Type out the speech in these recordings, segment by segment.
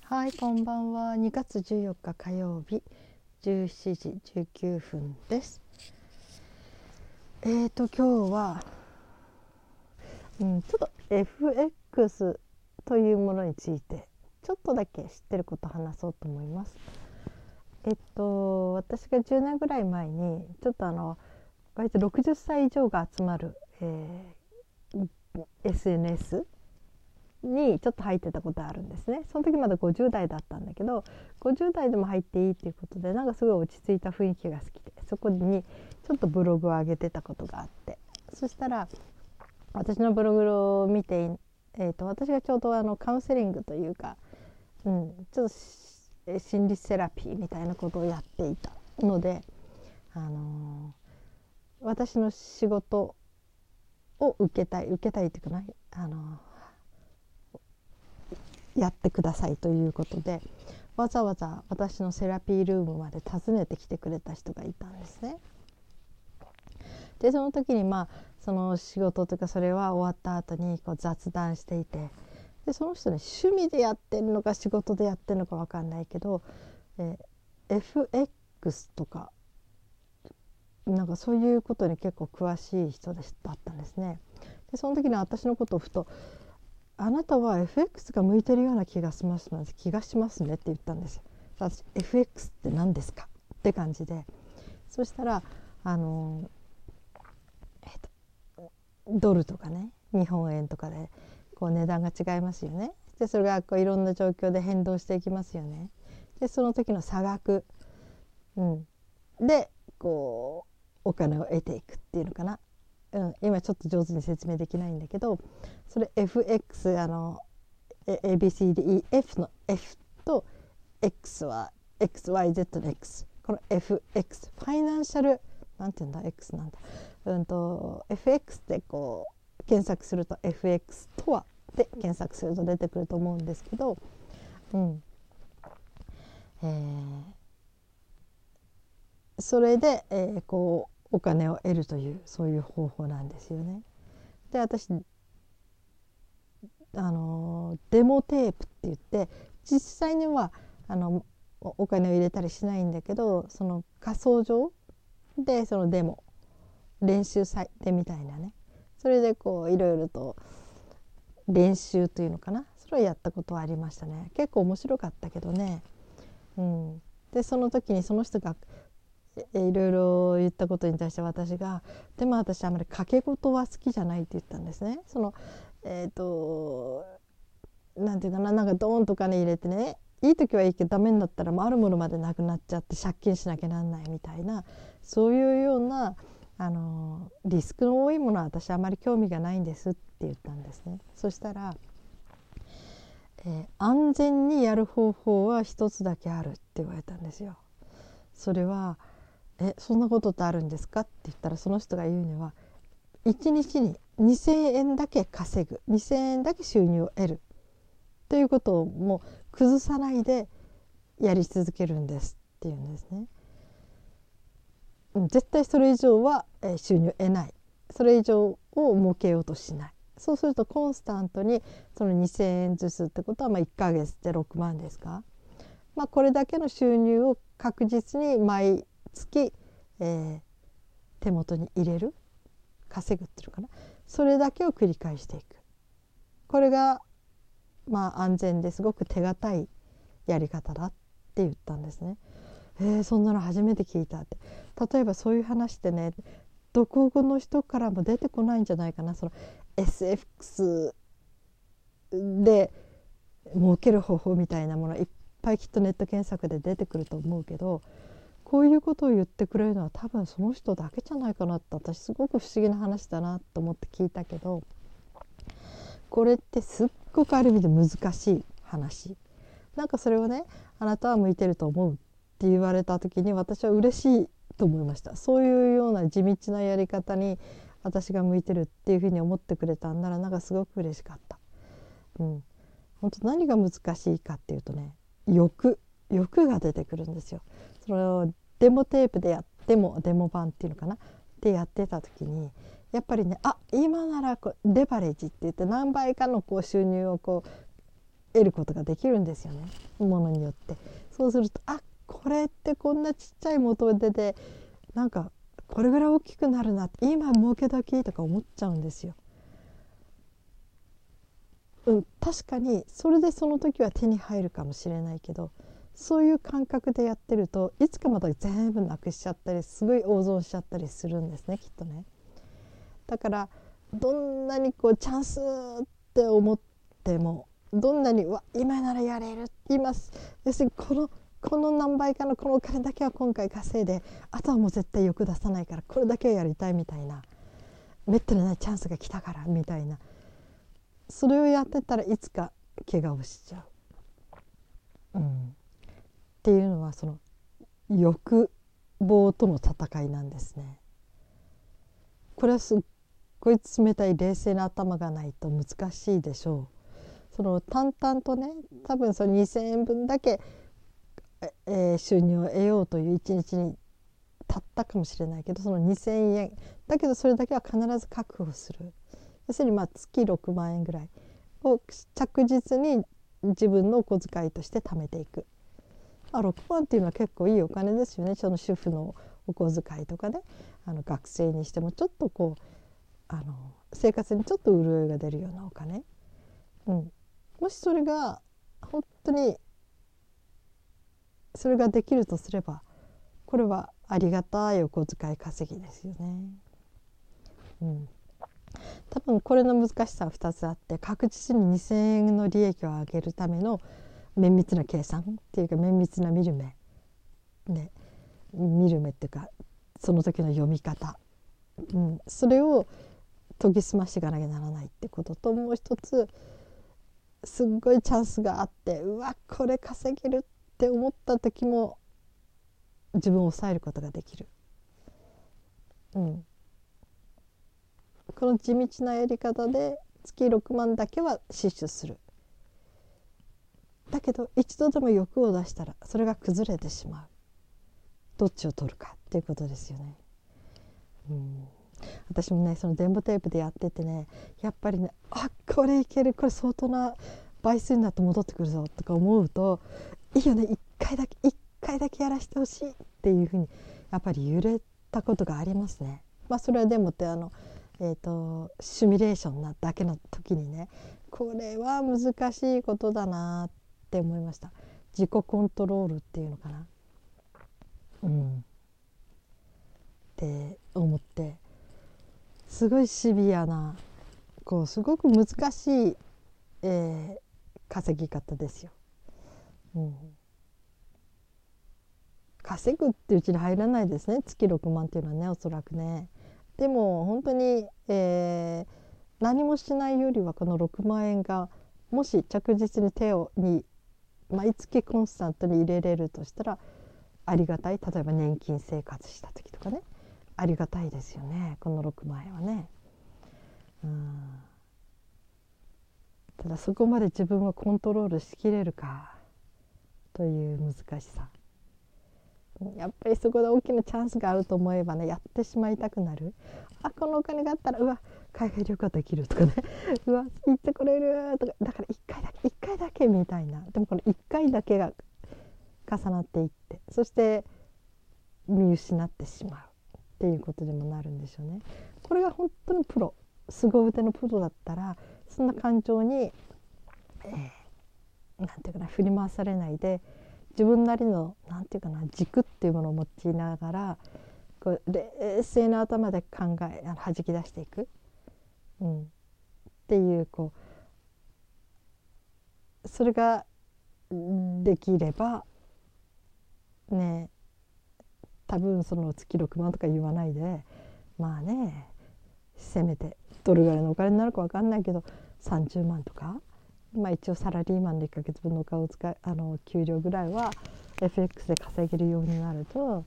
はい、こんばんは。2月14日火曜日17時19分です。今日は、ちょっと FX というものについてちょっとだけ知ってることを話そうと思います。私が10年ぐらい前にちょっと割と60歳以上が集まる、SNSにちょっと入ってたことあるんですね。その時まだ50代だったんだけど、50代でも入っていいっていうことで、なんかすごい落ち着いた雰囲気が好きで、そこにちょっとブログを上げてたことがあって、そしたら私のブログを見て、私がちょうどカウンセリングというか、ちょっと心理セラピーみたいなことをやっていたので、私の仕事を受けたいっていうかな、やってくださいということで、わざわざ私のセラピールームまで訪ねてきてくれた人がいたんですね。でその時にその仕事というか、それは終わった後にこう雑談していて、でその人ね、趣味でやってるのか仕事でやってるのか分かんないけど、FX とかなんかそういうことに結構詳しい人だったんですね。でその時に私のことをふと、あなたは FX が向いてるような気がしますねって言ったんですよ。私 FX って何ですかって感じで、そしたらドルとかね、日本円とかでこう値段が違いますよね。でそれがこういろんな状況で変動していきますよね。でその時の差額、でこうお金を得ていくっていうのかな。今ちょっと上手に説明できないんだけど、それ FX ABCDEF の F と X は XYZ の X、 この FX ファイナンシャルなんていうんだ X なんだ、FX でこう検索すると FX とはで検索すると出てくると思うんですけど、それで、こうお金を得るというそういう方法なんですよね。で私デモテープって言って、実際にはお金を入れたりしないんだけど、その仮想上でそのデモ練習祭でみたいなね、それでこういろいろと練習というのかな、それをやったことはありましたね。結構面白かったけどね。でその時にその人がいろいろ言ったことに対して私が、でも私あまり賭け事は好きじゃないって言ったんですね。そのなんていうかな、なんかドーンとかね入れてね、いい時はいいけどダメになったらもうあるものまでなくなっちゃって借金しなきゃなんないみたいな、そういうようなリスクの多いものは私あまり興味がないんですって言ったんですね。そしたら、安全にやる方法は一つだけあるって言われたんですよ。それはそんなことってあるんですかって言ったら、その人が言うには、1日に2000円だけ稼ぐ、2000円だけ収入を得るということをもう崩さないでやり続けるんですっていうんですね。絶対それ以上は収入を得ない、それ以上を儲けようとしない。そうするとコンスタントにその2000円ずつってことは1ヶ月で6万ですか、これだけの収入を確実に毎月、手元に入れる、稼ぐっていうのかな、それだけを繰り返していく。これが安全ですごく手堅いやり方だって言ったんですね。そんなの初めて聞いたって。例えばそういう話ってね、どこの人からも出てこないんじゃないかな。その SFX で儲ける方法みたいなものいっぱいきっとネット検索で出てくると思うけど、こういうことを言ってくれるのは多分その人だけじゃないかなって、私すごく不思議な話だなと思って聞いたけど、これってすっごくある意味で難しい話。なんかそれをね、あなたは向いてると思うって言われた時に私は嬉しいと思いました。そういうような地道なやり方に私が向いてるっていうふうに思ってくれたんなら、なんかすごく嬉しかった。本当何が難しいかっていうとね、欲が出てくるんですよ。そのデモテープでデモ版っていうのかなでやってた時に、やっぱりね、今ならレバレッジって言って何倍かのこう収入をこ得ることができるんですよね、ものによって。そうするとこれってこんなちっちゃい元手でなんかこれぐらい大きくなるなって今儲け時とか思っちゃうんですよ。確かにそれでその時は手に入るかもしれないけど、そういう感覚でやってるといつかまた全部なくしちゃったりすごい大損しちゃったりするんですね、きっとね。だからどんなにこうチャンスって思っても、どんなに今ならやれる、要するにこの何倍かのこのお金だけは今回稼いで、あとはもう絶対欲出さないからこれだけはやりたいみたいな、めったにないチャンスが来たからみたいな、それをやってたらいつか怪我をしちゃう、っていうのはその欲望との戦いなんですね。これはすっごい冷たい冷静な頭がないと難しいでしょう。その淡々とね、多分その2,000円分だけ、収入を得ようという一日にたったかもしれないけど、その2,000円だけどそれだけは必ず確保する。要するに月6万円ぐらいを着実に自分のお小遣いとして貯めていく。6万っていうのは結構いいお金ですよね。その主婦のお小遣いとかね、学生にしてもちょっとこう生活にちょっと潤いが出るようなお金、もしそれが本当にそれができるとすれば、これはありがたいお小遣い稼ぎですよね。多分これの難しさは2つあって、確実に2,000円の利益を上げるための綿密な計算っていうか、綿密な見る目で、見る目っていうかその時の読み方、それを研ぎ澄ましていかなきゃならないってことと、もう一つすっごいチャンスがあって、これ稼げるって思った時も自分を抑えることができる、この地道なやり方で月6万だけは死守する。だけど一度でも欲を出したらそれが崩れてしまう。どっちを取るかっていうことですよね。私もね、そのデンボテープでやっててね、やっぱりね、これいける、これ相当な倍数になって戻ってくるぞとか思うと、いいよね、1回だけやらせてほしいっていうふうにやっぱり揺れたことがありますね。それはでもってシミュレーションなだけの時にね、これは難しいことだなって思いました。自己コントロールっていうのかな、って思って、すごいシビアなすごく難しい、稼ぎ方ですよ。稼ぐってうちに入らないですね、月6万っていうのはね、おそらくね。でも本当に、何もしないよりはこの6万円がもし着実にに毎月コンスタントに入れれるとしたらありがたい。例えば年金生活した時とかね、ありがたいですよね、この6万円はね。ただそこまで自分をコントロールしきれるかという難しさ。やっぱりそこで大きなチャンスがあると思えばね、やってしまいたくなる。このお金があったら海外旅行できるとかね行ってこれるとか、だから1回だけみたいな。でもこの1回だけが重なっていって、そして見失ってしまうっていうことにもなるんでしょうね。これが本当にプロ、凄腕のプロだったらそんな感情に、なんていうかな、振り回されないで、自分なりのなんていうかな、軸っていうものを持ちながら冷静な頭で弾き出していく、っていうそれができればね、多分その月6万とか言わないで、せめてどれぐらいのお金になるか分かんないけど30万とか、一応サラリーマンで1ヶ月分の給料ぐらいは FX で稼げるようになると、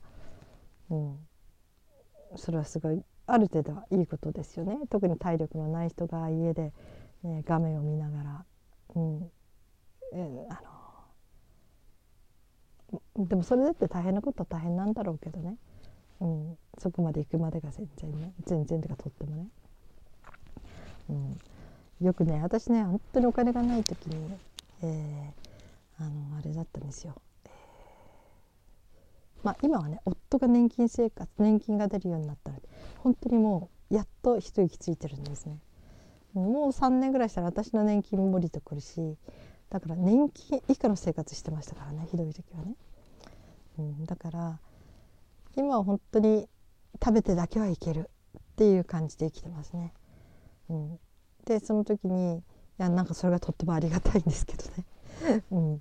それはすごいある程度はいいことですよね。特に体力のない人が家で、画面を見ながら、でもそれだって大変なことは大変なんだろうけどね、そこまで行くまでが全然とかとってもね、よくね、私ね、本当にお金がない時に、 あれだったんですよ。今はね夫が年金が出るようになったので本当にもうやっと一息ついてるんですね。もう3年ぐらいしたら私の年金も降りてくるし、だから年金以下の生活してましたからね、ひどい時はね。だから今は本当に食べてだけはいけるっていう感じで生きてますね。でその時になんかそれがとってもありがたいんですけどね。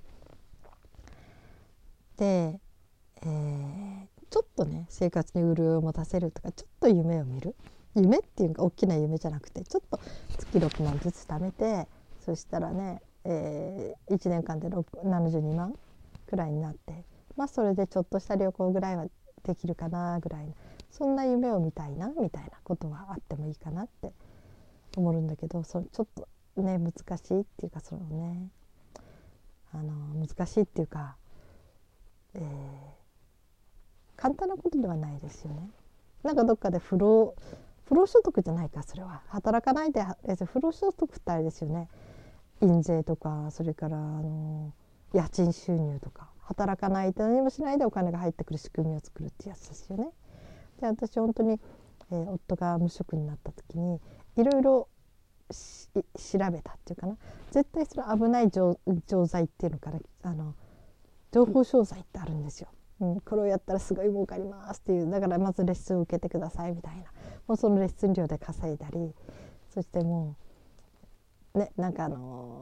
で、ちょっとね生活に潤いを持たせるとか、ちょっと夢を見る、夢っていうか大きな夢じゃなくて、ちょっと月6万ずつ貯めて、そしたらね、1年間で72万くらいになって、それでちょっとした旅行ぐらいはできるかなぐらいの、そんな夢を見たいなみたいなことはあってもいいかなって思うんだけど、ちょっとね難しいっていうか、難しいっていうか、簡単なことではないですよね。なんかどっかで不労所得じゃないか、それは働かないで不労所得ってあれですよね。印税とか、それから家賃収入とか、働かないで何もしないでお金が入ってくる仕組みを作るってやつですよね。で私本当に、夫が無職になった時にいろいろ調べたっていうかな、絶対それ危ない錠剤っていうのから情報商材ってあるんですよ。これをやったらすごい儲かりますっていう、だからまずレッスンを受けてくださいみたいな、もうそのレッスン料で稼いだり、そしてもうね、なんか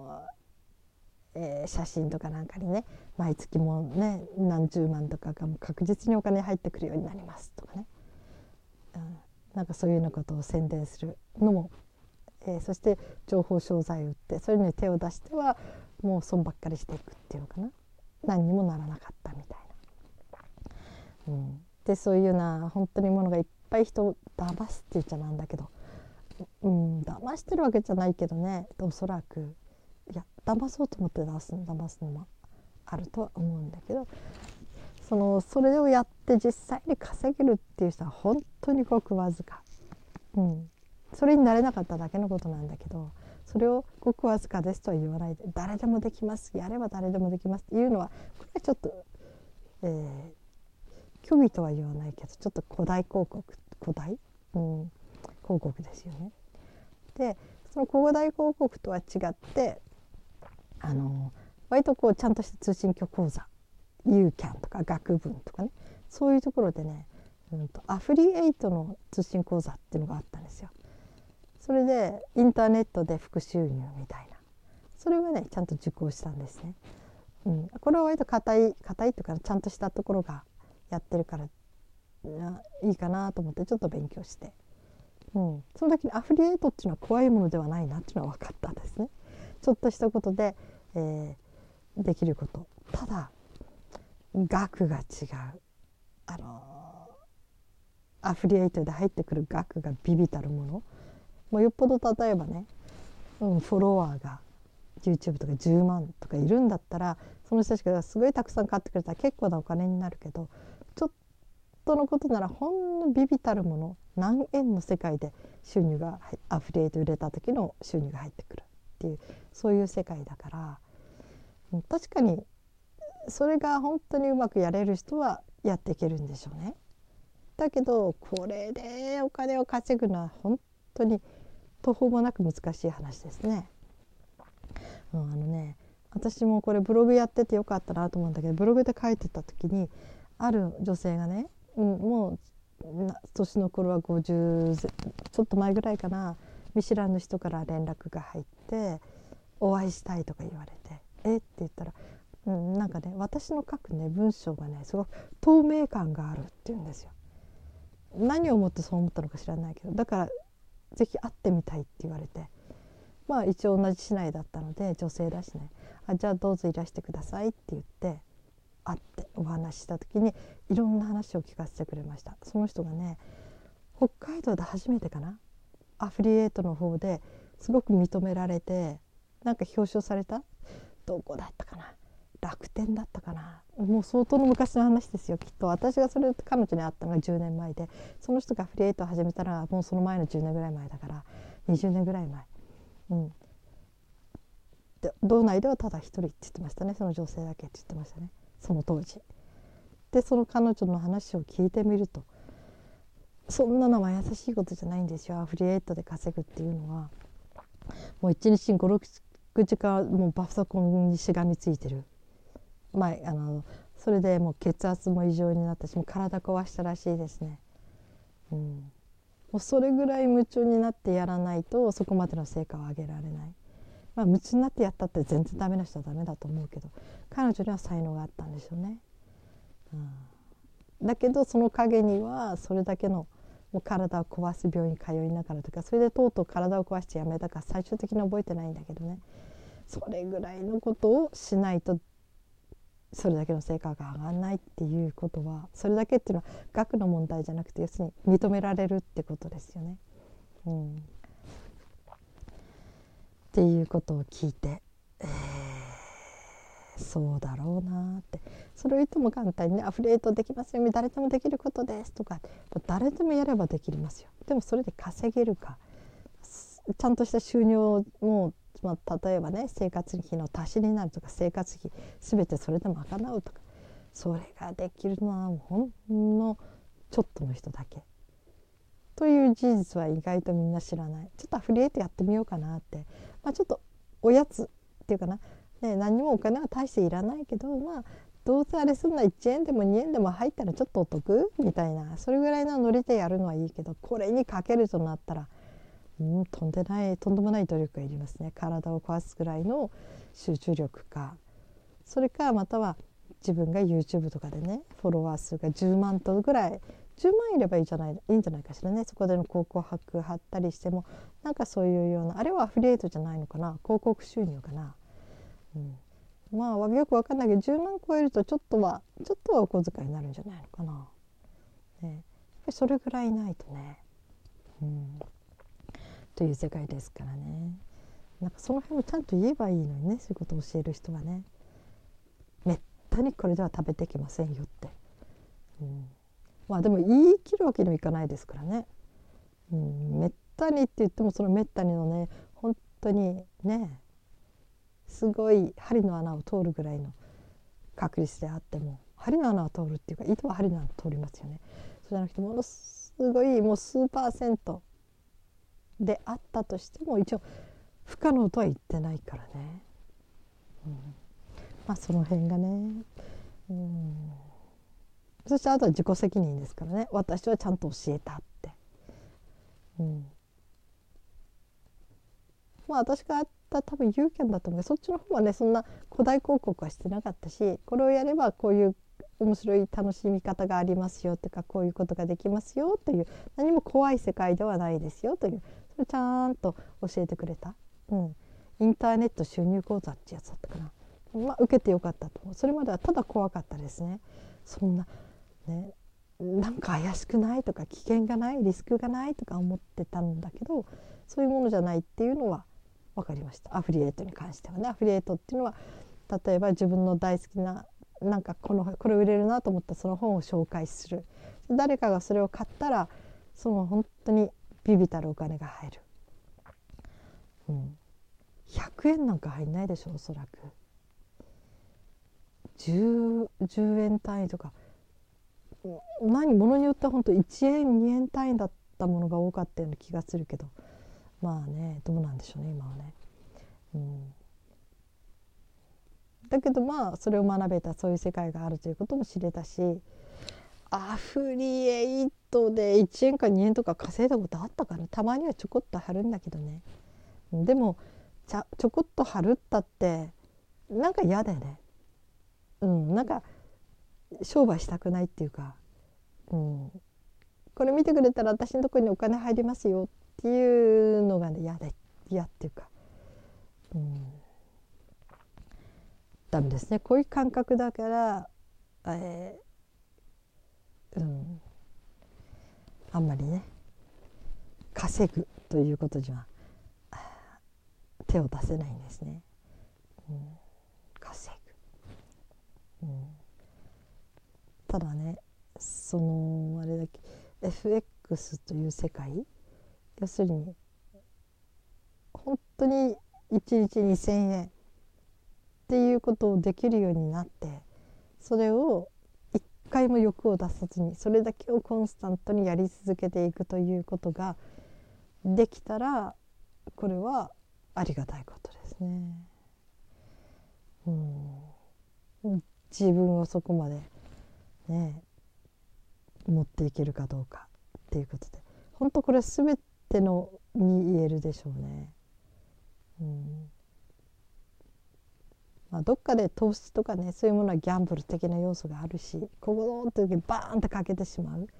写真とかなんかにね、毎月もね何十万とかがもう確実にお金入ってくるようになりますとかね、なんかそういうようなことを宣伝するのも、そして情報商材を売って、それに手を出してはもう損ばっかりしていくっていうのかな、何にもならなかったみたいな。でそういうような本当にものがいっぱい人を騙すって言っちゃなんだけど、騙してるわけじゃないけどね、おそらく騙そうと思って騙すのもあるとは思うんだけど、それをやって実際に稼げるっていう人は本当にごくわずか。それになれなかっただけのことなんだけど、それをごくわずかですとは言わないで、誰でもできます、やれば誰でもできますっていうのは、これはちょっと、虚偽とは言わないけど、ちょっと古代広告広告ですよね。でその古代広告とは違って、割とちゃんとした通信教講座、ユーキャンとか学文とかね、そういうところでね、アフリエイトの通信講座っていうのがあったんですよ。それでインターネットで副収入みたいな、それはねちゃんと受講したんですね。これは割と硬いっていうか、ちゃんとしたところがやってるからいいかなと思ってちょっと勉強して、その時にアフリエイトっていうのは怖いものではないなっていうのは分かったんですね。ちょっとしたことで、できること。ただ額が違う。アフリエイトで入ってくる額が微々たるもの、もうよっぽど例えばね、フォロワーが YouTube とか10万とかいるんだったら、その人たちがすごいたくさん買ってくれたら結構なお金になるけど、ちょっとのことならほんの微々たるもの、何円の世界で収入がアフリエイト売れた時の収入が入ってくるっていう、そういう世界だから、確かにそれが本当にうまくやれる人はやっていけるんでしょうね。だけどこれでお金を稼ぐのは本当に途方もなく難しい話ですね。私もこれブログやっててよかったなと思うんだけど、ブログで書いてた時にある女性がね、もう年の頃は50ちょっと前ぐらいかな、見知らぬ人から連絡が入ってお会いしたいとか言われて、って言ったら、なんかね私の書くね文章がねすごく透明感があるって言うんですよ。何を思ってそう思ったのか知らないけど、だからぜひ会ってみたいって言われて、一応同じ市内だったので女性だしね、じゃあどうぞいらしてくださいって言って会ってお話しした時にいろんな話を聞かせてくれました。その人がね北海道で初めてかな、アフリエイトの方ですごく認められて、なんか表彰された、どこだったかな、楽天だったかな、もう相当の昔の話ですよ。きっと私が彼女に会ったのが10年前で、その人がアフリエイトを始めたのはもうその前の10年ぐらい前だから20年ぐらい前、 で道内ではただ一人って言ってましたね。その女性だけって言ってましたね、その当時で。その彼女の話を聞いてみると、そんなのは優しいことじゃないんですよ。アフリエイトで稼ぐっていうのはもう1日に5、6時間もうパソコンにしがみついてる、それでもう血圧も異常になったし、もう体壊したらしいですね。もうそれぐらい夢中になってやらないとそこまでの成果を上げられない。夢中になってやったって全然ダメな人はダメだと思うけど、彼女には才能があったんでしょうね。だけどその陰にはそれだけのもう体を壊す病院に通いながらとか、それでとうとう体を壊してやめたか最終的に覚えてないんだけどね、それぐらいのことをしないとそれだけの成果が上がらないっていうことは、それだけっていうのは額の問題じゃなくて、要するに認められるってことですよね。っていうことを聞いて、そうだろうなって。それを言っても簡単にね、アフリエイトできますよ、誰でもできることですとか、誰でもやればできますよ。でもそれで稼げるか、ちゃんとした収入をもう、例えばね、生活費の足しになるとか、生活費全てそれで賄うとか、それができるのはほんのちょっとの人だけという事実は意外とみんな知らない。ちょっとアフリエイトやってみようかなって、ちょっとおやつっていうかな、何にもお金は大していらないけど、どうせあれすんな1円でも2円でも入ったらちょっとお得みたいな、それぐらいのノリでやるのはいいけど、これにかけるとなったらとんでもない努力がいりますね。体を壊すぐらいの集中力か、それかまたは自分が YouTube とかでね、フォロワー数が10万とぐらい、10万いればいいんじゃないかしらね。そこでの広告貼ったりしても、なんかそういうような、あれはアフリエイトじゃないのかな、広告収入かな。よく分かんないけど、10万超えるとちょっとはお小遣いになるんじゃないのかな、やっぱりそれぐらいないとね、という世界ですからね。なんかその辺をちゃんと言えばいいのにね、そういうことを教える人はね、めったにこれでは食べてきませんよって、でも言い切るわけにはいかないですからね、めったにって言っても、そのめったにのね、本当にね、すごい針の穴を通るぐらいの確率であっても、針の穴を通るっていうか、糸は針の穴を通りますよね。そうじゃなくて、ものすごいもう数%であったとしても、一応不可能とは言ってないからね、その辺がね、そしてあとは自己責任ですからね。私はちゃんと教えたって、私があった多分有権だと思うけど、そっちの方はね、そんな古代広告はしてなかったし、これをやればこういう面白い楽しみ方がありますよとか、こういうことができますよという、何も怖い世界ではないですよという、それをちゃんと教えてくれた、インターネット収入講座ってやつだったかな。受けてよかったと思う。それまではただ怖かったですね。そんなね、なんか怪しくないとか、危険がない、リスクがないとか思ってたんだけど、そういうものじゃないっていうのは分かりました。アフリエイトに関してはね。アフリエイトっていうのは、例えば自分の大好きな、なんかこれ売れるなと思ったその本を紹介する。誰かがそれを買ったら、その本当に微々たるお金が入る。100円なんか入んないでしょ、おそらく。10円単位とか、物によっては本当1円2円単位だったものが多かったような気がするけど、どうなんでしょうね、今はね。だけどそれを学べた、そういう世界があるということも知れたし、アフリエイトで1円か2円とか稼いだことあったかな。たまにはちょこっと貼るんだけどね。でもちょこっと貼るったってなんか嫌だよね。なんか商売したくないっていうか、これ見てくれたら私のところにお金入りますよっていうのがね、嫌っていうか、ダメですね。こういう感覚だから、あんまりね、稼ぐということには手を出せないんですね。稼ぐ、ただね、あれだけ FX という世界、要するに本当に1日2000円っていうことをできるようになって、それを一回も欲を出さずにそれだけをコンスタントにやり続けていくということができたら、これはありがたいことですね。自分をそこまでね持っていけるかどうかっていうことで、本当これ全てのに言えるでしょうね。どっかで投資とかね、そういうものはギャンブル的な要素があるし、ここの時にバーンとかけてしまう。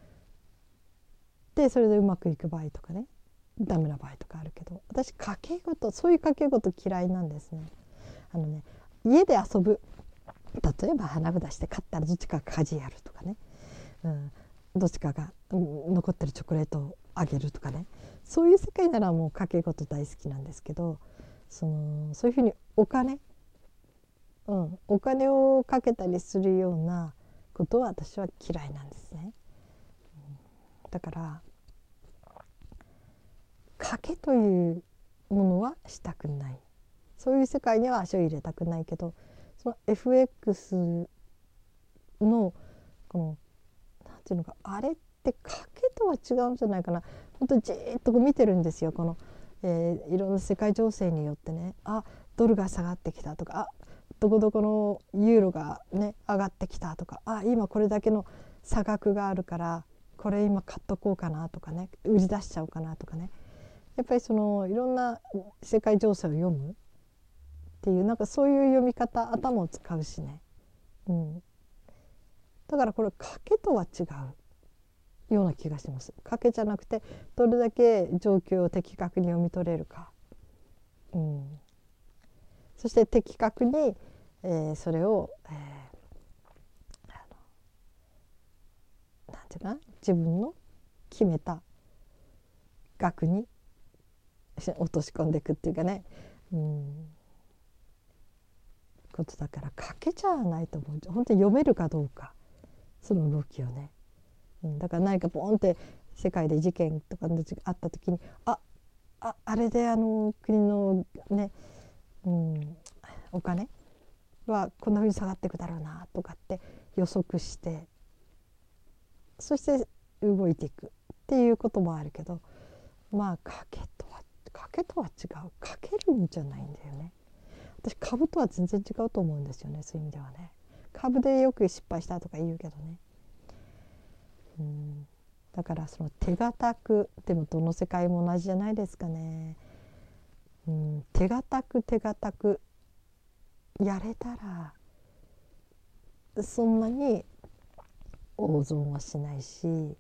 でそれでうまくいく場合とかね、ダメな場合とかあるけど、私賭け事、そういう賭け事嫌いなんですね。家で遊ぶ、例えば花札して勝ったらどっちかが家事やるとかね、どっちかが残ってるチョコレートをあげるとかね、そういう世界ならもう賭け事大好きなんですけど、そういうふうにお金をかけたりするようなことは私は嫌いなんですね。だから賭けというものはしたくない、そういう世界には足を入れたくないけど、その FX のこのなんていうのか、あれって賭けとは違うんじゃないかな。本当にじーっと見てるんですよ。この、いろんな世界情勢によってね、ドルが下がってきたとか、どこどこのユーロがね上がってきたとか、今これだけの差額があるからこれ今買っとこうかなとかね、売り出しちゃおうかなとかね、やっぱりいろんな世界情勢を読むっていう、なんかそういう読み方、頭を使うしね、だからこれ賭けとは違うような気がします。賭けじゃなくて、どれだけ状況を的確に読み取れるか、そして的確に、それを、なんていうかな、自分の決めた額に落とし込んでいくっていうかね、ことだから、賭けじゃないと思う。本当に読めるかどうか、その動きをね、だから何かポンって世界で事件とかあった時に、あれで国のね、お金はこんなふうに下がっていくだろうなとかって予測して、そして動いていくっていうこともあるけど、賭けとは違う、賭けるんじゃないんだよね。私株とは全然違うと思うんですよね、そういう意味ではね。株でよく失敗したとか言うけどね、だからその手堅く、でもどの世界も同じじゃないですかね。手堅くやれたらそんなに大損はしないし、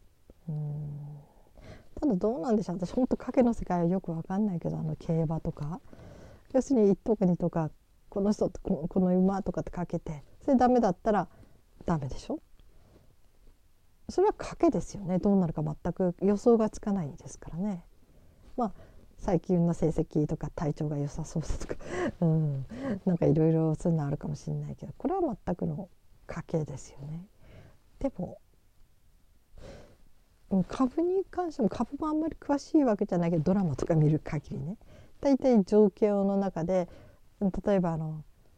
ただどうなんでしょう、私本当賭けの世界はよく分かんないけど、競馬とか、要するに1とか2とか、この人とこの馬とかって賭けて、それダメだったらダメでしょ。それは賭けですよね。どうなるか全く予想がつかないですからね。最近の成績とか体調が良さそうだとかなんかいろいろそういうのあるかもしれないけど、これは全くの賭けですよね。でも株に関しても、株もあんまり詳しいわけじゃないけど、ドラマとか見る限りね、大体状況の中で、例えば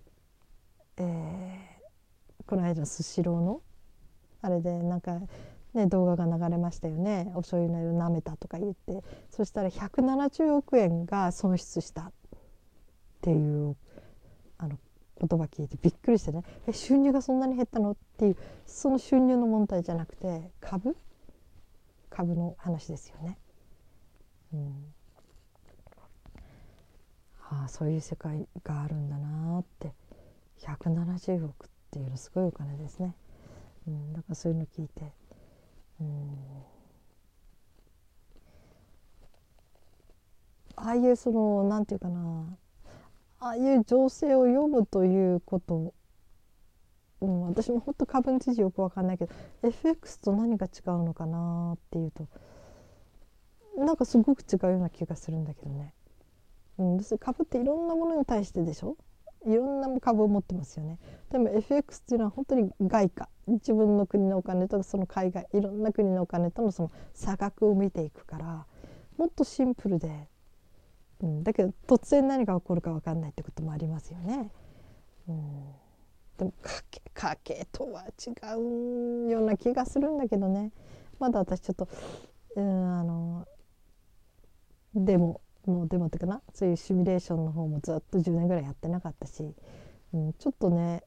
この間のスシローのあれでなんかね、動画が流れましたよね。お醤油の色舐めたとか言って、そしたら170億円が損失したっていう言葉聞いてびっくりしてね、収入がそんなに減ったのっていう、その収入の問題じゃなくて株の話ですよね。そういう世界があるんだなって。170億っていうのすごいお金ですね。だからそういうの聞いて、ああいうなんていうかな、ああいう情勢を読むということ、私も本当株についてよく分かんないけど、 FX と何が違うのかなっていうと、なんかすごく違うような気がするんだけどね。株っていろんなものに対してでしょ、いろんな株を持ってますよね。でも FX っていうのは本当に外貨、自分の国のお金とその海外いろんな国のお金とのその差額を見ていくから、もっとシンプルで、だけど突然何が起こるか分かんないってこともありますよね。 でも家計とは違うような気がするんだけどね。まだ私ちょっとデモっていうかな、そういうシミュレーションの方もずっと10年ぐらいやってなかったし、ちょっとね、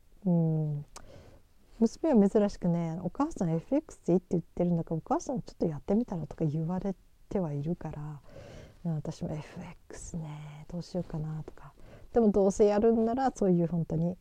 娘は珍しくね、お母さん FX でいいって言ってるんだからお母さんちょっとやってみたらとか言われてはいるから、私も FX ねどうしようかなとか。でもどうせやるんならそういう本当に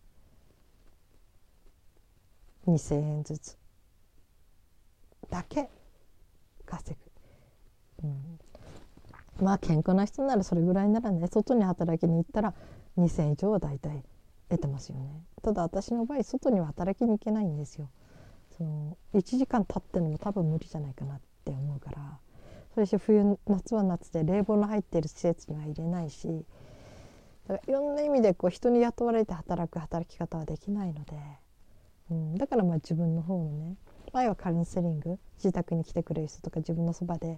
2,000円ずつだけ稼ぐ、まあ健康な人ならそれぐらいならね、外に働きに行ったら2,000以上は大体得てますよね。ただ私の場合外には働きに行けないんですよ。その1時間経ってのも多分無理じゃないかなって思うから、それし夏は夏で冷房の入っている施設には入れないし、だからいろんな意味で人に雇われて働く働き方はできないので、だからまあ自分の方のね、前はカウンセリング、自宅に来てくれる人とか自分のそばで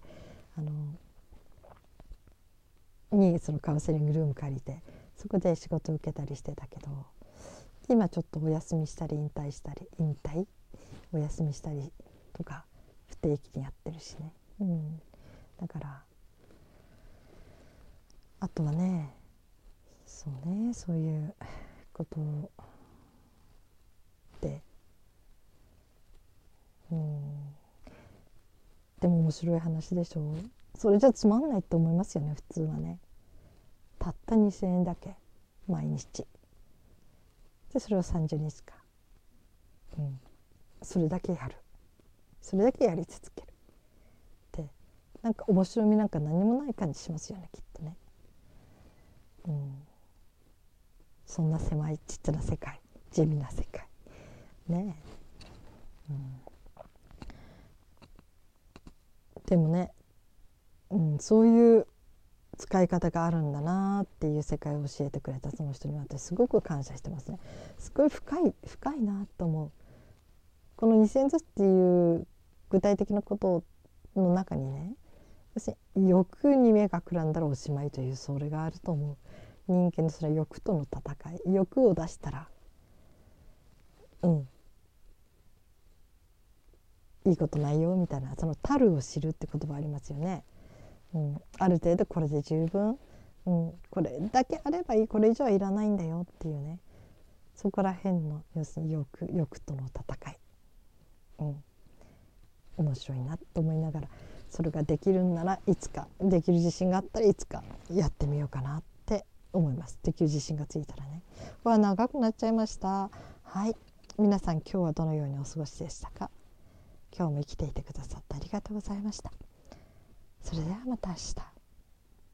そのカウンセリングルーム借りてそこで仕事を受けたりしてたけど、今ちょっとお休みしたりお休みしたりとか不定期にやってるしね、だからあとはね、そういうことで、でも面白い話でしょ。それじゃつまんないって思いますよね、普通はね。たった2,000円だけ毎日で、それを30日間、それだけやる、それだけやり続けるってなんか面白みなんか何もない感じしますよね、きっとね。そんな狭いちっちゃな世界、地味な世界ねでもね、そういう使い方があるんだなっていう世界を教えてくれたその人には私すごく感謝してますね。すごい深いなと思う。この2,000ずつっていう具体的なことの中にね、要するに欲に目がくらんだらおしまいというそれがあると思う。人間のそれは欲との戦い、欲を出したらいいことないよみたいな、その足るを知るって言葉ありますよね。ある程度これで十分、これだけあればいい、これ以上はいらないんだよっていうね、そこら辺の要するに欲との戦い、面白いなと思いながら、それができるんならいつか、できる自信があったらいつかやってみようかなって思います。できる自信がついたらね。長くなっちゃいました。はい、皆さん今日はどのようにお過ごしでしたか。今日も生きていてくださってありがとうございました。それではまた明日。